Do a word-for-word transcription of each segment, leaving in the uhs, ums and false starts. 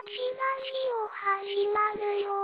始まるよ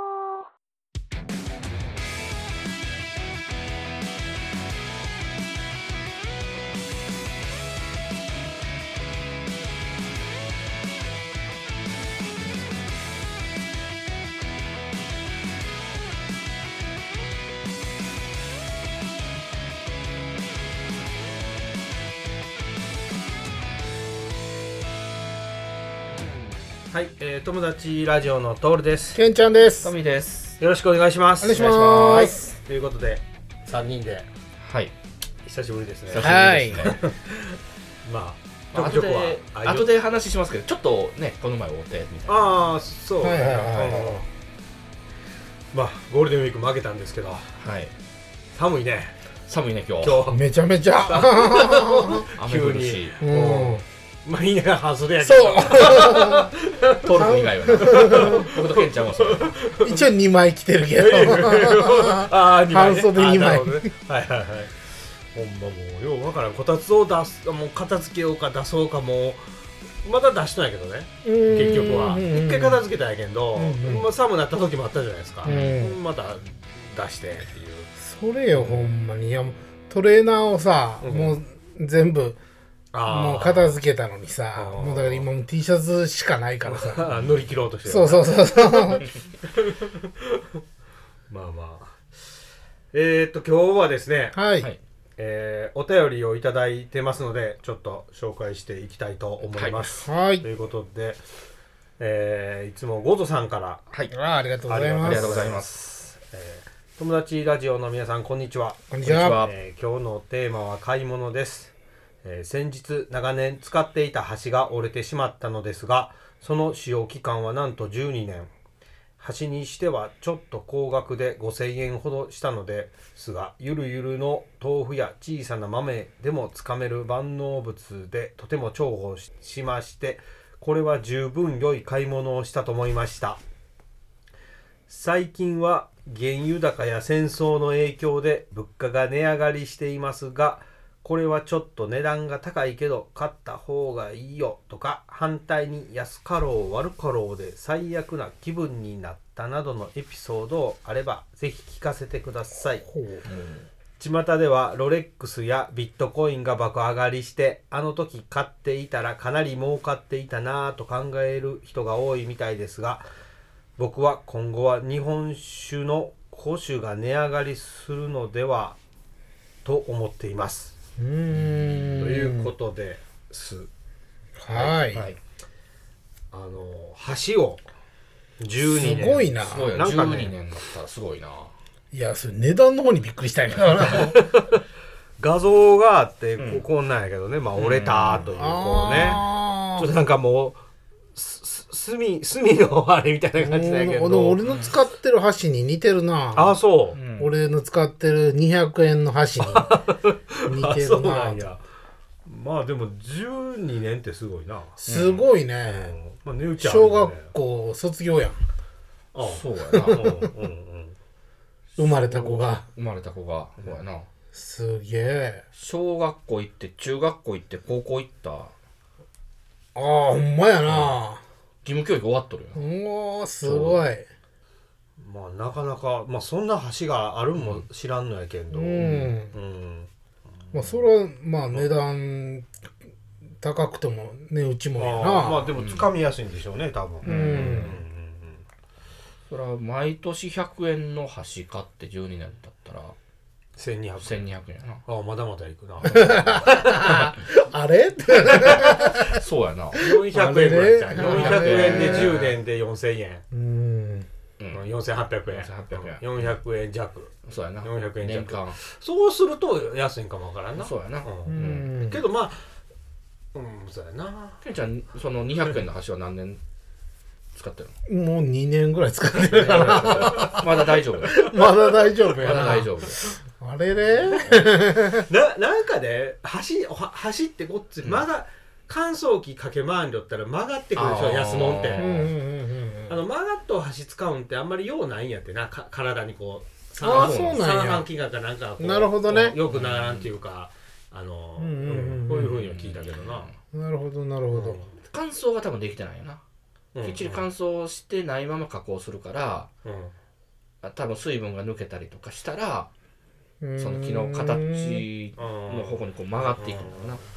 はい、えー、友達ラジオのトールです。 ケンちゃんです。 トミーです。 よろしくお願いします。 お願いします。 はい、ということでさんにんで、 はい、 久しぶりですね。 はい。 まあ、 まあ、後で後で話しますけど、ちょっとね、この前会うてみたいな。 ああ、そう。 はいはいはいはい。 まあ、ゴールデンウィーク負けたんですけど、はい、寒いね。 寒いね今日。 今日めちゃめちゃ雨降るし。 うんまあ言いながら半袖やけどそうトルコ以外はな僕とケンちゃんはそう一応にまい着てるけどああにまい、ね、 半袖にまい、 ね、はいはいはいほんまもうよう分からんこたつを出すもう片付けようか出そうかもうまだ出してないけどね結局は一回片付けたんやけど、まあ、寒なった時もあったじゃないですか、うん、また出してっていうそれよほんまにいやトレーナーをさ、うん、もう全部もう片付けたのにさもうだから今も T シャツしかないからさ乗り切ろうとしてるそうそうそうそうまあまあえー、っと今日はですねはい、 えー、お便りをいただいてますのでちょっと紹介していきたいと思います、 はい、 ということで、えー、いつもゴゾさんから、 はい、あ, ありがとうございますありがとうございます、 えー、友達ラジオの皆さんこんにちは。 こんにちは、 えー、今日のテーマは買い物です。えー、先日長年使っていた橋が折れてしまったのですがその使用期間はなんとじゅうにねん。橋にしてはちょっと高額でごせんえんほどしたのですがゆるゆるの豆腐や小さな豆でもつかめる万能物でとても重宝しましてこれは十分良い買い物をしたと思いました。最近は原油高や戦争の影響で物価が値上がりしていますがこれはちょっと値段が高いけど買った方がいいよとか反対に安かろう悪かろうで最悪な気分になったなどのエピソードあればぜひ聞かせてください。巷ではロレックスやビットコインが爆上がりしてあの時買っていたらかなり儲かっていたなぁと考える人が多いみたいですが僕は今後は日本酒の古酒が値上がりするのではと思っています。 うーんということです。 はい、 はい、あの橋をじゅうにねんすごいな。 すごいな、じゅうにねんだったらすごいな。 いやそれ値段の方にびっくりしたいな画像があってここんなんやけどね、うん、まあ折れたというこうね、ちょっとなんかもう隅隅のあれみたいな感じだけど俺の使ってる箸に似てるな。 あそう、 うん、俺の使ってるにひゃくえんの箸に似てるな。 やまあでもじゅうにねんってすごいな。 すごいね、 うんまあ、値打ちあるね。 小学校卒業やん。 ああそうやなうん、うん、うん、 生まれた子が生まれた子がそうやな。 すげえ。 小学校行って中学校行って高校行った。ああほんまやな、うん義務教育終わっとるよ。 おーすごい。 まあなかなかまあそんな橋があるんも知らんのやけど、うん、うん、 まあそれはまあ値段高くても値打ちもやな。 あまあでもつかみやすいんでしょうね多分。うん、うんうん、 それは毎年ひゃくえんの橋買ってじゅうにねんだったらせんにひゃくえんやな。 ああまだまだいくなあれそうやなよんひゃくえんぐらいじゃん。よんひゃくえんでじゅうねんでよんせんえんうんよんせんはっぴゃくえんよんひゃくえん弱そうやなよんひゃくえん弱年間そうすると安いんかもわからんな。 そうやな、 うんうん、けどまあうんそうやな。 ケンちゃんそのにひゃくえんの橋は何年使ってるの？もうにねんぐらい使ってるからまだ大丈夫まだ大丈夫やな。 まだ大丈夫あれれな, なんかね橋, 橋ってこっち、うん、まだ乾燥機かけ回んだったら曲がってくるでしょ安もんって、うんうんうんうん、あの曲がっと橋使うんってあんまり用ないんやってなか体にこう三半規がかなんかこうなるほどねよくならんっていうか、うん、あの、うんうんうん、こういう風には聞いたけどな。 なるほどなるほど、うん、 乾燥が多分できてないよな。 うん、 きっちり乾燥してないまま加工するから、 うん、 多分水分が抜けたりとかしたらその木の形の方向にこう曲がっていくのかな。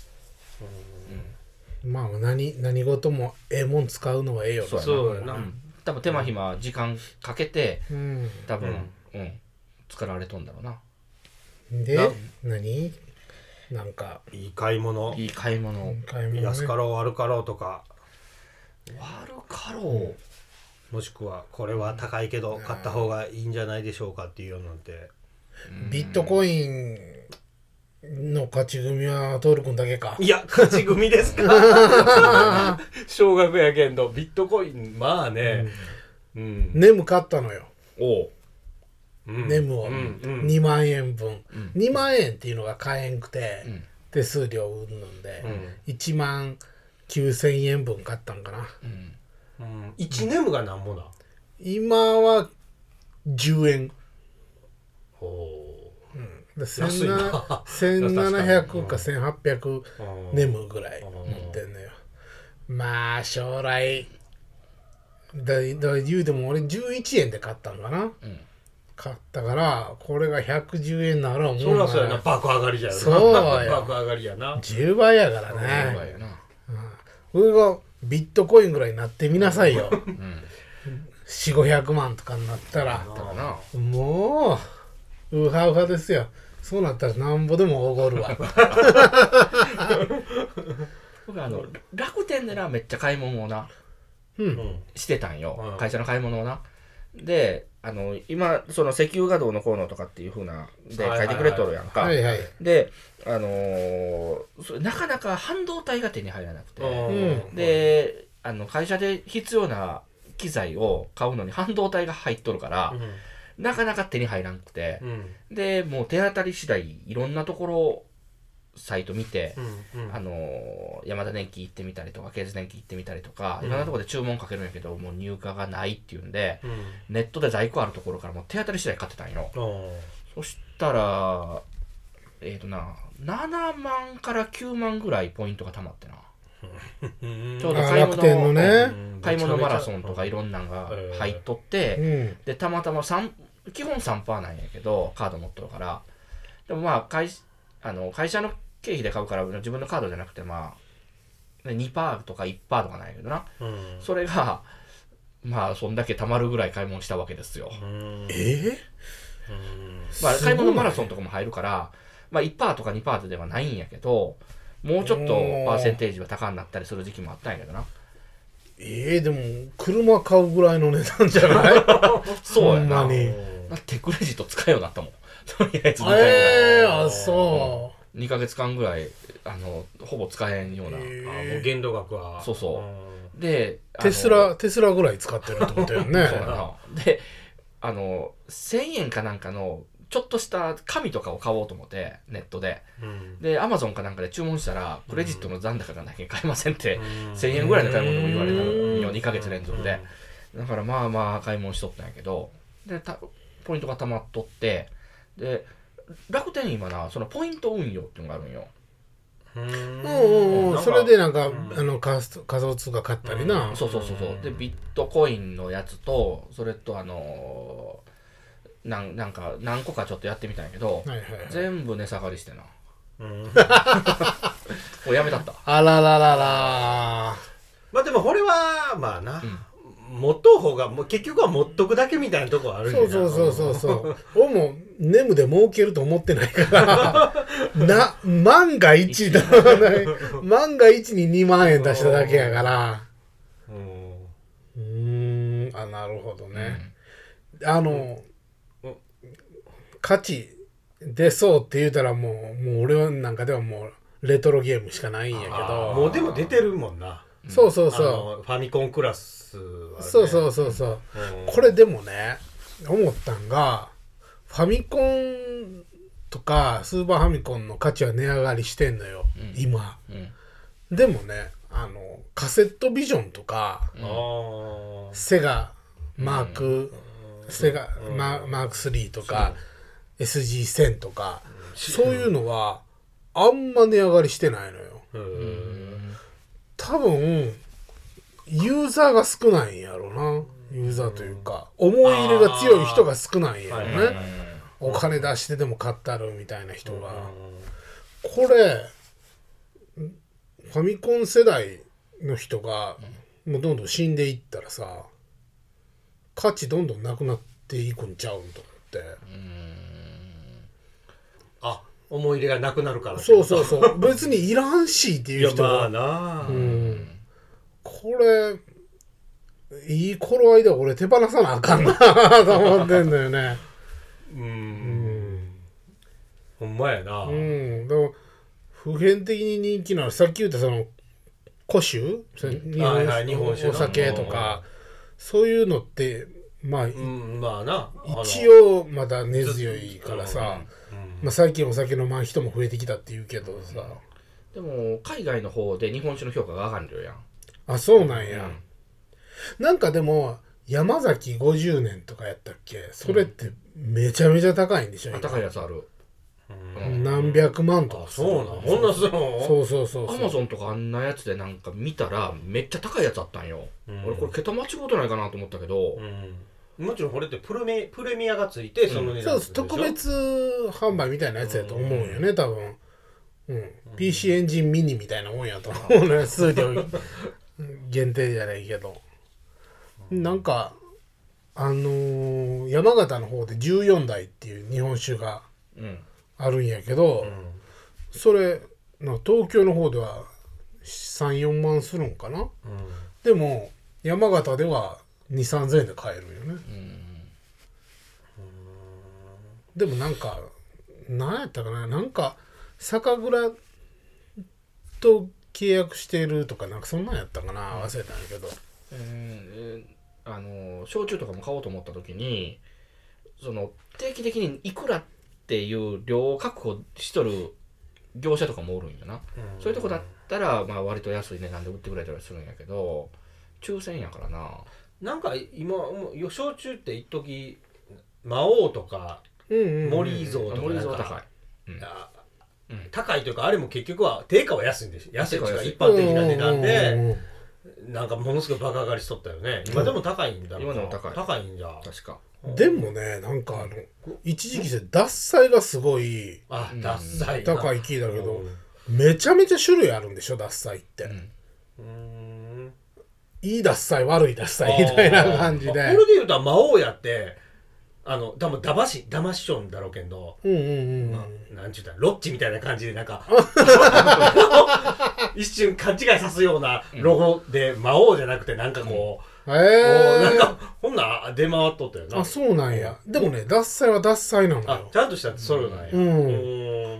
うん、まあ何何事もええもん使うのはええよな。 そうやな、うん、 多分手間暇時間かけて、うん、多分、うんうん、作られとんだろうな。 で何なんかいい買い物いい買い物、 ね、 安かろう悪かろうとか悪かろう、うん、 もしくはこれは高いけど買った方がいいんじゃないでしょうかっていうようなんて。 ビットコインの勝ち組はトール君だけか。 いや勝ち組ですか少額やけんどビットコインまあね、 うんうん、ネム買ったのよ。 おう、 うん、ネムをにまんえんぶん、うん、にまんえんっていうのが買えんくて、うん、手数料うんぬんで、うん、いちまんきゅうせんえんぶん買ったんかな、 うんうん、いちネムがなんぼだ。 今はじゅうえん。 ほう、 うん、せんななひゃくかせんはっぴゃくネムぐらい持ってんのよ。まあ将来だだ言うても俺じゅういちえんで買ったんかな、うん、買ったからこれがひゃくじゅうえんならもうそりゃそうやな、爆上がりじゃよな。 そうや爆上がりやな、 じゅうばいやからね。じゅうばいやな、うん、これがビットコインぐらいになってみなさいよ、うん、よんひゃくごひゃくまんとかになったらもうウハウハですよ。そうなったらなんぼでもおごるわ僕あの楽天でなめっちゃ買い物をな、うん、してたんよ、うん、会社の買い物をな。であの今その石油がどうのこうのとかっていう風なで書いてくれとるやんか、はいはいはい、であのー、それなかなか半導体が手に入らなくて、うん、であの会社で必要な機材を買うのに半導体が入っとるから、うん、なかなか手に入らなくて、うん、でもう手当たり次第いろんなところサイト見て、うんうん、あのー、ヤマダ電機行ってみたりとかケーズ電機行ってみたりとか、うん、いろんなところで注文かけるんやけどもう入荷がないっていうんで、うん、ネットで在庫あるところからもう手当たり次第買ってたんよ。そしたらえっとなななまんからきゅうまんぐらいポイントがたまってなちょうど買い物の、ね、買い物マラソンとかいろんなのが入っとって、うん、でたまたま基本 さんパーセント なんやけどカード持っとるから、でもまあ会あの会社の経費で買うから自分のカードじゃなくてまあ にパーセント とか いちパーセント とかなんやけどな、うん、それがまあそんだけたまるぐらい買い物したわけですよ。 えー、 まあ買い物マラソンとかも入るからまあ いちパーセント とか にパーセント ではないんやけどもうちょっとパーセンテージは高になったりする時期もあったんやけどな。 えー、でも車買うぐらいの値段じゃないそうやな。だってクレジット使うようになったもんとりあえずにかげつぐらい、 えー、あそうにかげつかんぐらいあのほぼ使えんような、 えー、あもう限度額はそうそうでテスラテスラぐらい使ってるってことやねそうやな。であのせんえんかなんかのちょっとした紙とかを買おうと思ってネットで、うん、でアマゾンかなんかで注文したらクレジットの残高がなきゃ買えませんって、うん、せんえんぐらいの買い物も言われたのよにかげつ連続で、うん、だからまあまあ買い物しとったんやけどでたポイントがたまっとってで楽天今なそのポイント運用っていうのがあるんよ。 うんうん、それでなんか、うん、あの仮想通貨買ったりな、 うん、そうそうそうそうでビットコインのやつとそれとあのー、なんなんか何個かちょっとやってみたんやけど、はいはいはい、全部値下がりしてな、うん、もうやめたった。 あらららら。 まあでもこれはまあな、うん持っとう方がもう結局は持っとくだけみたいなところあるんやな。 そうそうそうそう俺もネムで儲けると思ってないからな万が一だ万が一ににまんえん出しただけやからうーんあなるほどね、うん、あの、うん、価値出そうって言うたらもうもう俺なんかではもうレトロゲームしかないんやけどもうでも出てるもんな。 そうそうそうファミコンクラスは、ね、 そうそうそうそう、うん、これでもね思ったんがファミコンとかスーパーファミコンの価値は値上がりしてんのよ、うん、今、うん、でもねあのカセットビジョンとか、うん、セガマーク、うん、セガ、うん、マ, マークスリーとか エスジーせん とか、うん、そういうのはあんま値上がりしてないのよ。うん多分ユーザーが少ないんやろな。ユーザーというか思い入れが強い人が少ないんやろね、はいはいはい、お金出してでも買ったるみたいな人が、これファミコン世代の人がもうどんどん死んでいったらさ、価値どんどんなくなっていくんちゃうんと思って。うーん、 あ、思い入れがなくなるから。 そうそうそう別にいらんしっていう人が、 いやまあな、うん、 これいい頃合いで俺手放さなあかんなと思ってんだよね。うーん、うん、 ほんまやな。 うん、でも普遍的に人気なのさっき言ったその古酒、日本、はいはい、日本酒お酒とかそういうのってまあ、うん、まあな一応まだ根強いからさ、うんうんまあ、最近お酒飲まん人も増えてきたって言うけどさ、 でも海外の方で日本酒の評価が上がるよやん。 あ、そうなんや、うん、なんかでも山崎ごじゅうねんとかやったっけ、それってめちゃめちゃ高いんでしょ、 うん、高いやつある、 うん、何百万とか。 そうなの、こんなするの。 そうそうそうそう。 アマゾンとかあんなやつでなんか見たらめっちゃ高いやつあったんよ、うん、俺これ桁間違うとないかなと思ったけど、 うん、もちろんこれってプレミ、プレミアがついてその値段、 うん、そう特別販売みたいなやつやと思うよね、多分、うん、ピーシー エンジンミニみたいなもんやと思うね数量限定じゃないけど、なんかあのー、山形の方でじゅうよんだいっていう日本酒があるんやけど、うん、それの東京の方ではさん、よんまんするんかな、うん、でも山形ではに、さんぜんえんで買えるよね、うん、でもなんか何やったかな、なんか酒蔵と契約しているとかなんかそんなんやったかな、忘れたんやけど、 えー、あの焼酎とかも買おうと思った時にその定期的にいくらっていう量を確保しとる業者とかもおるんよな、うん、そういうとこだったら、まあ、割と安い値段で売ってくれたりするんやけど抽選やからな。 なんか今焼酎って一時魔王とか森蔵とか森蔵高い、 うんうん、高いというかあれも結局は定価は安いんですよ。安いというか一般的な値段でなんかものすごいバカ上がりしとったよね。今でも高いんだろうな。今でも高い。高いんじゃ。 確か。 でもね、なんかあの一時期で獺祭がすごいあ獺祭高い木だけど、めちゃめちゃ種類あるんでしょ獺祭って。うん、うーんいい獺祭悪い獺祭みたいな感じで。これで言うと魔王やって。あの多分ダマシダマシションだろうけど、うんうんうんまあ、なんちゅうたらロッチみたいな感じでなんか一瞬勘違いさすようなロゴで魔王じゃなくてなんかこう、うん、えー、なんかほんな出回っとったよな。 あ、そうなんや。でもね獺祭は獺祭なのよ。 あ、ちゃんとしたそうなんや、うんうん、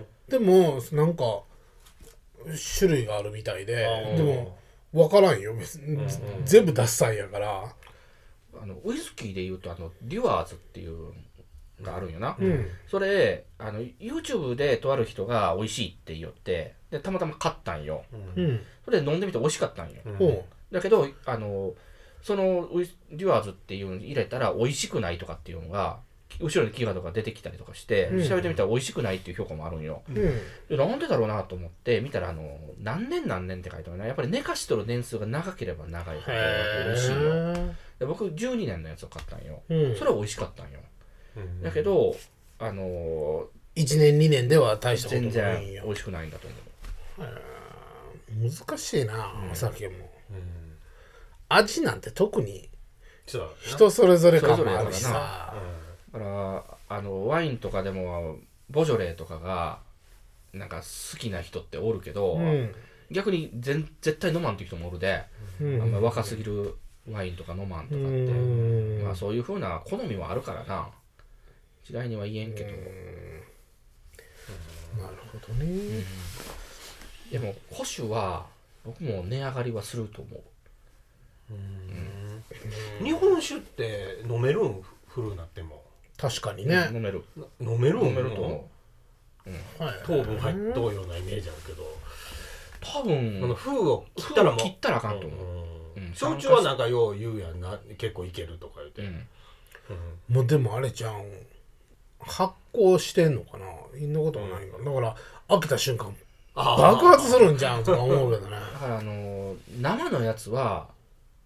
でもなんか種類があるみたいで、でも分からんよ別に、うんうん、全部獺祭やから。 あのウイスキーでいうとあのデュアーズっていうのがあるんよな、うん、それあの YouTube でとある人が美味しいって言ってでたまたま買ったんよ、うん、それで飲んでみて美味しかったんよ、うん、だけどあのそのデュアーズっていうのに入れたら美味しくないとかっていうのが後ろにキーワードが出てきたりとかして、うん、調べてみたら美味しくないっていう評価もあるんよ、うん、でなんでだろうなと思って見たらあの何年何年って書いてあるね。やっぱり寝かしとる年数が長ければ長いほど美味しいよ。で僕じゅうにねんのやつを買ったんよ、うん、それは美味しかったんよ、うん、だけどあのー、 いちねんにねんでは大したことないんや。 全然美味しくないんだと思う。難しいな、うん、お酒も、うん、味なんて特に人それぞれ感もあるしさ、 だからあのワインとかでもボジョレーとかがなんか好きな人っておるけど、うん、逆に全絶対飲まんっていう人もおるで、うん、あんま若すぎるワインとか飲まんとかって、まあそういう風な好みもあるからな。時代には言えんけど。 なるほどね、うん。 でも古酒は僕も値上がりはすると思う。 うん、日本酒って飲めるんフルになっても。 確かにね。 飲める。 飲める飲めると思う。うん、糖分入っとうようなイメージあるけど。 多分あの封を切ったらもう切ったらあかんと思う。 うん、焼酎はなんかよう言うやんな、結構いけるとか言って、うんうん、もうでもあれちゃん発酵してんのかな、そんなことはないから、だから開けた瞬間爆発するんじゃんとか思うけどね。 だからあの生のやつは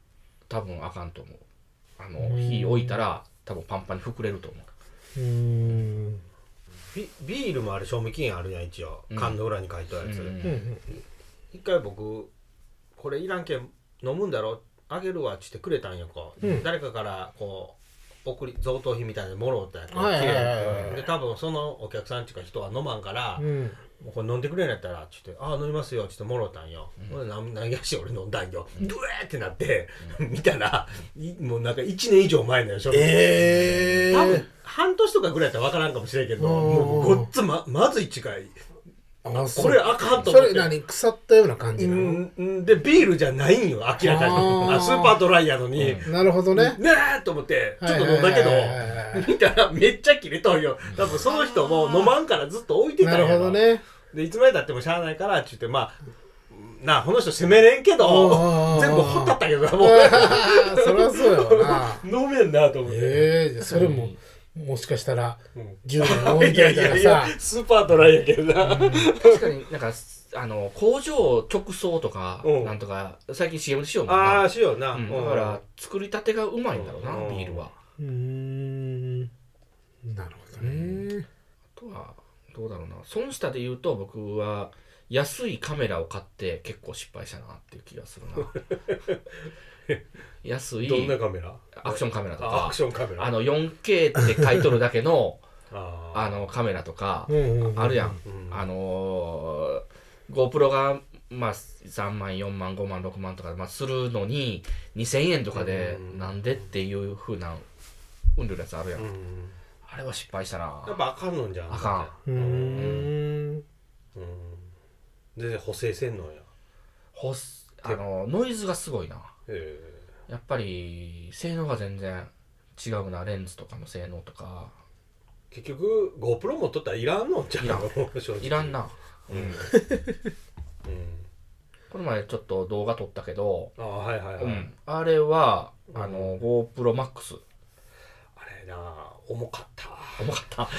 多分あかんと思う。あの火置いたら多分パンパンに膨れると思う。 うーんビ, ビールもあれ賞味期限あるやん一応、うん、缶の裏に書いてあるやつ、うんうん、一回僕これいらんけん飲むんだろあげるわっつってくれたんよこう、うん、誰かからこう送り贈答品みたいなのもろうたやつ、はいはいはい、で多分そのお客さんっていうか人は飲まんから、うん、もうこれ飲んでくれんやったらっつってああ飲みますよっつってもろうたんよ、うん、何何やし俺飲んだんよ、うん、ドゥエーってなって、うん、見たらもうなんかいちねん以上前のよ、えー、多分半年とかぐらいやったら分からんかもしれんけどもうごっつ ま, まずい違いあこれあかんと思って。 それ何腐ったような感じなの？ うんでビールじゃないんよ明らかにあスーパードライやのに、 うん、なるほどねねえと思ってちょっと飲んだけど見たらめっちゃ切れとんよ。多分その人も飲まんからずっと置いてたんやろ。 なるほどね。 でいつまでたってもしゃあないからって言ってまあなあこの人責めれんけど全部ほったったけどもうそりゃそうよな飲めんなと思ってえー、それも、うん、もしかしたらじゅうねん置いていたらさいやいやいやスーパードライやけどな、うん、 確かになんかあの工場直送とかなんとか最近 シーエム でしようもんな。 ああしような、 うん、だから作りたてがうまいんだろうな、ビールは。 うーんなるほどね。 あとはどうだろうな、損したで言うと僕は安いカメラを買って結構失敗したなっていう気がするな安いどんなカメラ？ アクションカメラとかアクションカメラあの よんケー って買い取るだけのあ, あのカメラとかあるやん、うん、あのー、GoPro がまあさんまんよんまんごまんろくまんとか、まあ、するのににせんえんとかでなんでっていう風な運量のやつあるやん、うん、あれは失敗したな。 やっぱあかんのんじゃん。 あかん。うーん、 うん全然補正せんのや。 ほあのノイズがすごいな。へやっぱり性能が全然違うな。レンズとかの性能とか結局 GoPro 持っとったらいらんのじゃん。いらんいらんな、うんうん、この前ちょっと動画撮ったけどあ, はいはい、はいうん、 あれはあの、うん、GoPro Max あれな重かった重かった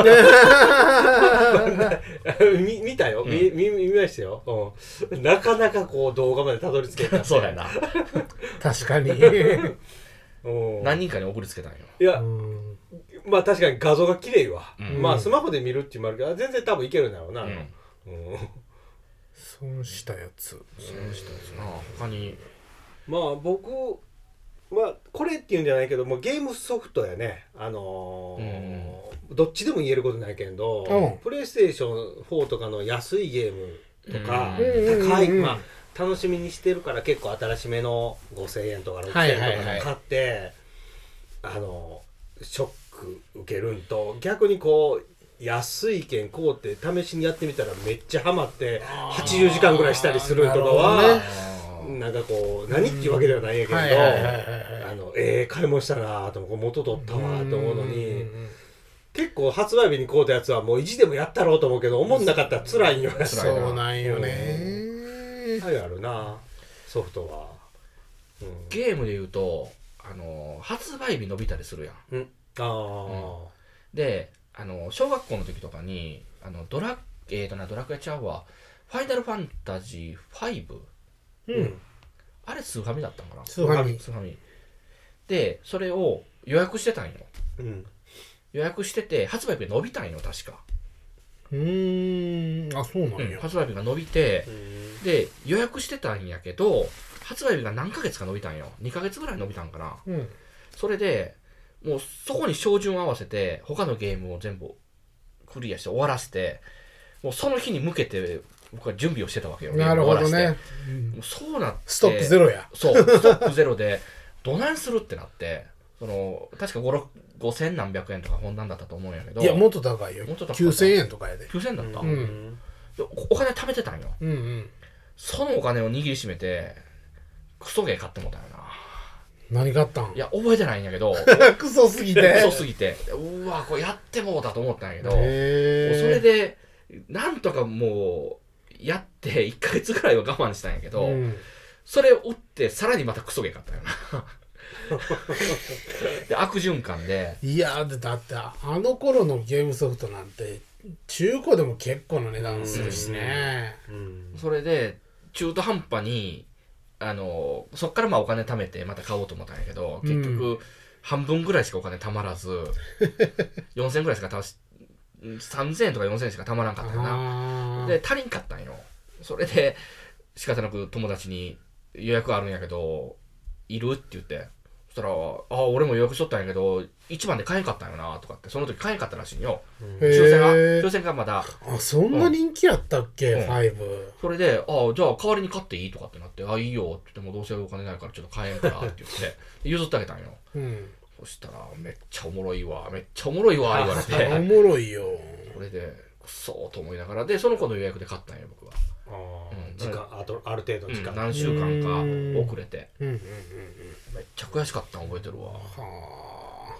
見, 見たよ、うん、見, 見, 見ましたよ、うん、なかなかこう動画までたどり着けたそうやな確かに何人かに送りつけたんよ。 いやまあ確かに画像が綺麗わ、うん、まあスマホで見るっていうのもあるけど全然多分いけるんだろうな、うんうん、 損したやつ損したやつな。他にまあ僕まあこれっていうんじゃないけどもゲームソフトやねあのーうん、どっちでも言えることないけど、うん、プレイステーションフォーとかの安いゲームとか、うん、高い、まあ楽しみにしてるから結構新しめのごせんえんとかろくせんえんとかで買って、はいはいはい、あのショック受けるんと逆にこう安い券買うて試しにやってみたらめっちゃハマってはちじゅうじかんぐらいしたりするとかはなんかこう何っていうわけではないんやけど、あのええー、買い物したなと思元取ったわと思うのに結構発売日に買うたやつはもう意地でもやったろうと思うけど思んなかったら辛いんよね。 そうなんよね。 はいあるなソフトは、 うん、ゲームで言うとあの発売日伸びたりするやん、うん、あ、うん、であの小学校の時とかにあのドラえーとなドラクエちゃうわファイナルファンタジーファイブ、うん、あれスーファミだったんかな。 スーファミスーファミでそれを予約してたんよ、うん、予約してて発売日伸びたんよ確か。 うーんあそうなんや、 うん、発売日が伸びてで予約してたんやけど発売日が何ヶ月か伸びたんよ。にかげつぐらい伸びたんかな、うん、それでもうそこに照準を合わせて他のゲームを全部クリアして終わらせてもうその日に向けて僕は準備をしてたわけよ。 なるほどね、 うん、もうそうなってストックゼロやそうストックゼロでどないするってなってその確かごせん何百円とか本なんだったと思うんやけどいやもっと高いよ。もっと高いきゅうせんえんとかやで。 きゅうせんえんだった、うん、で お, お金貯めてたんよ、うんうん、そのお金を握りしめてクソゲー買ってもたよな。 何買ったん？ いや覚えてないんやけどクソすぎてクソすぎてうわこれやってもうだと思ったんやけどもうそれでなんとかもうやっていっかげつぐらいは我慢したんやけど、うん、それを打ってさらにまたクソゲー買ったよなで悪循環でいやだってあの頃のゲームソフトなんて中古でも結構の値段するしね、 うんうん、それで中途半端にあのそっからまあお金貯めてまた買おうと思ったんやけど、結局半分ぐらいしかお金貯まらず、うん、よんせんえんぐらいしかたしさんぜんえんとかよんせんえんしか貯まらんかったよな。で足りんかったんよ。それで仕方なく友達に予約あるんやけどいるって言って、そしたら「あ俺も予約しとったんやけどいちばんで買えんかったんよな」とかって、その時買えんかったらしいんよ、うん、抽選が抽選がまだ。 あそんな人気やったっけ、うん、ファイブ。 それで「あじゃあ代わりに買っていい?」とかってなって「あいいよ」って言っても「どうせお金ないからちょっと買えんから」って言って譲ってあげたんよ、うん、そしたら「めっちゃおもろいわめっちゃおもろいわ」言われておもろいよ。 それでくそーと思いながら、でその子の予約で買ったんよ僕は。 あ、うん、時間あとある程度時間、 うん、何週間か遅れて、うんうんうんうん、めっちゃ悔しかったの覚えてるわ。はあ、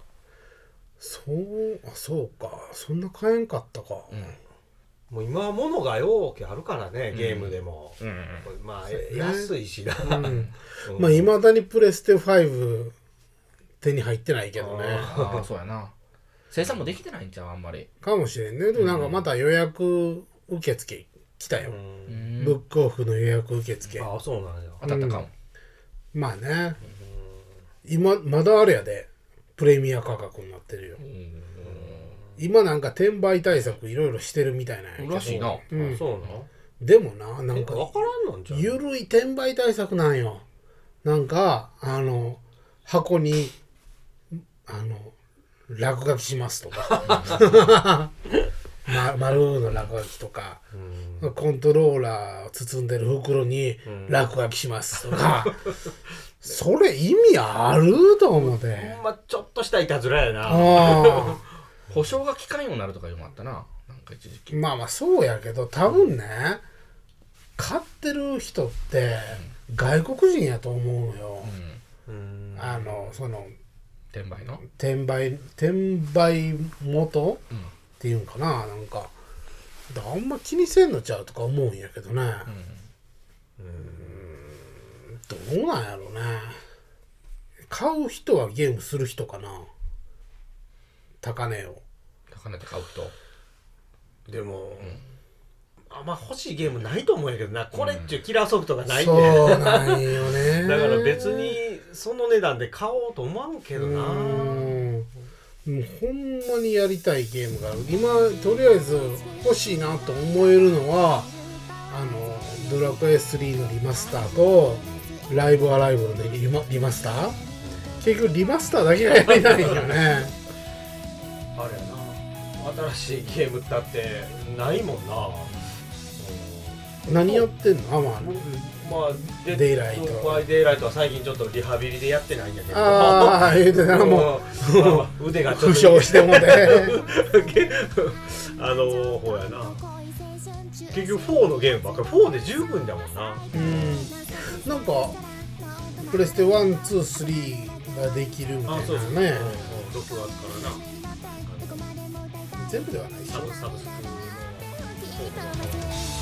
そうあそうか、そんな買えんかったか、うん、 もう今は物がようけあるからね、ゲームでも、うんうん、まあ、ね、安いしな、うんうん、 まあいまだにプレステファイブ手に入ってないけどね。 ああそうやな、生産もできてないんちゃうあんまりかもしれんね。でもなんかまた予約受付来たよ、うん、ブックオフの予約受付。 ああそうなんや。 当たったかも、 うん、まあね、今まだあれやでプレミア価格になってるよ、うん、今なんか転売対策いろいろしてるみたいなんやけどらしいな、 うん、あそうなの。 でもな、なんか分からんのんちゃう、 ゆるい転売対策なんよ。なんかあの箱にあの落書きしますとかま、丸の落書きとか、うん、コントローラーを包んでる袋に落書きしますとか、うん、それ意味あると思って。 ほんまちょっとしたいたずらやな。 保証が効かんようになるとかいうのもあったな、なんか一時期。 まあまあそうやけど多分ね、買ってる人って外国人やと思うのよ、うん、あのその転売の転売転売元、うんっていうんかな、なんかあんま気にせんのちゃうとか思うんやけどね、うん、うーんどうなんやろうね。買う人はゲームする人かな、高値を高値で買う人。 でも、うん、あんま欲しいゲームないと思うんやけどな、これっちゅうキラーソフトがないんで、 うん、そうなんよねだから別にその値段で買おうと思わんけどな。 うんもうほんまにやりたいゲームがある。今とりあえず欲しいなと思えるのはあのドラクエスリーのリマスターとライブアライブのリ マ, リマスター、結局リマスターだけがやりたいんよねあれやな、新しいゲームだってないもんな、 うん、何やってんの。あ、まあまあ、デ, デイライトデイライトは最近ちょっとリハビリでやってないんだけど、 ああ言うてたらもう腕がちょっと負傷してもねあのほうやな、結局フォーのゲームばっかり、フォーで十分だもんな。 うん、なんかプレステワン、ツー、スリーができるみたいなね。あ、そうそう、うん、ろくがつからな、全部ではないし、 サブサブスクの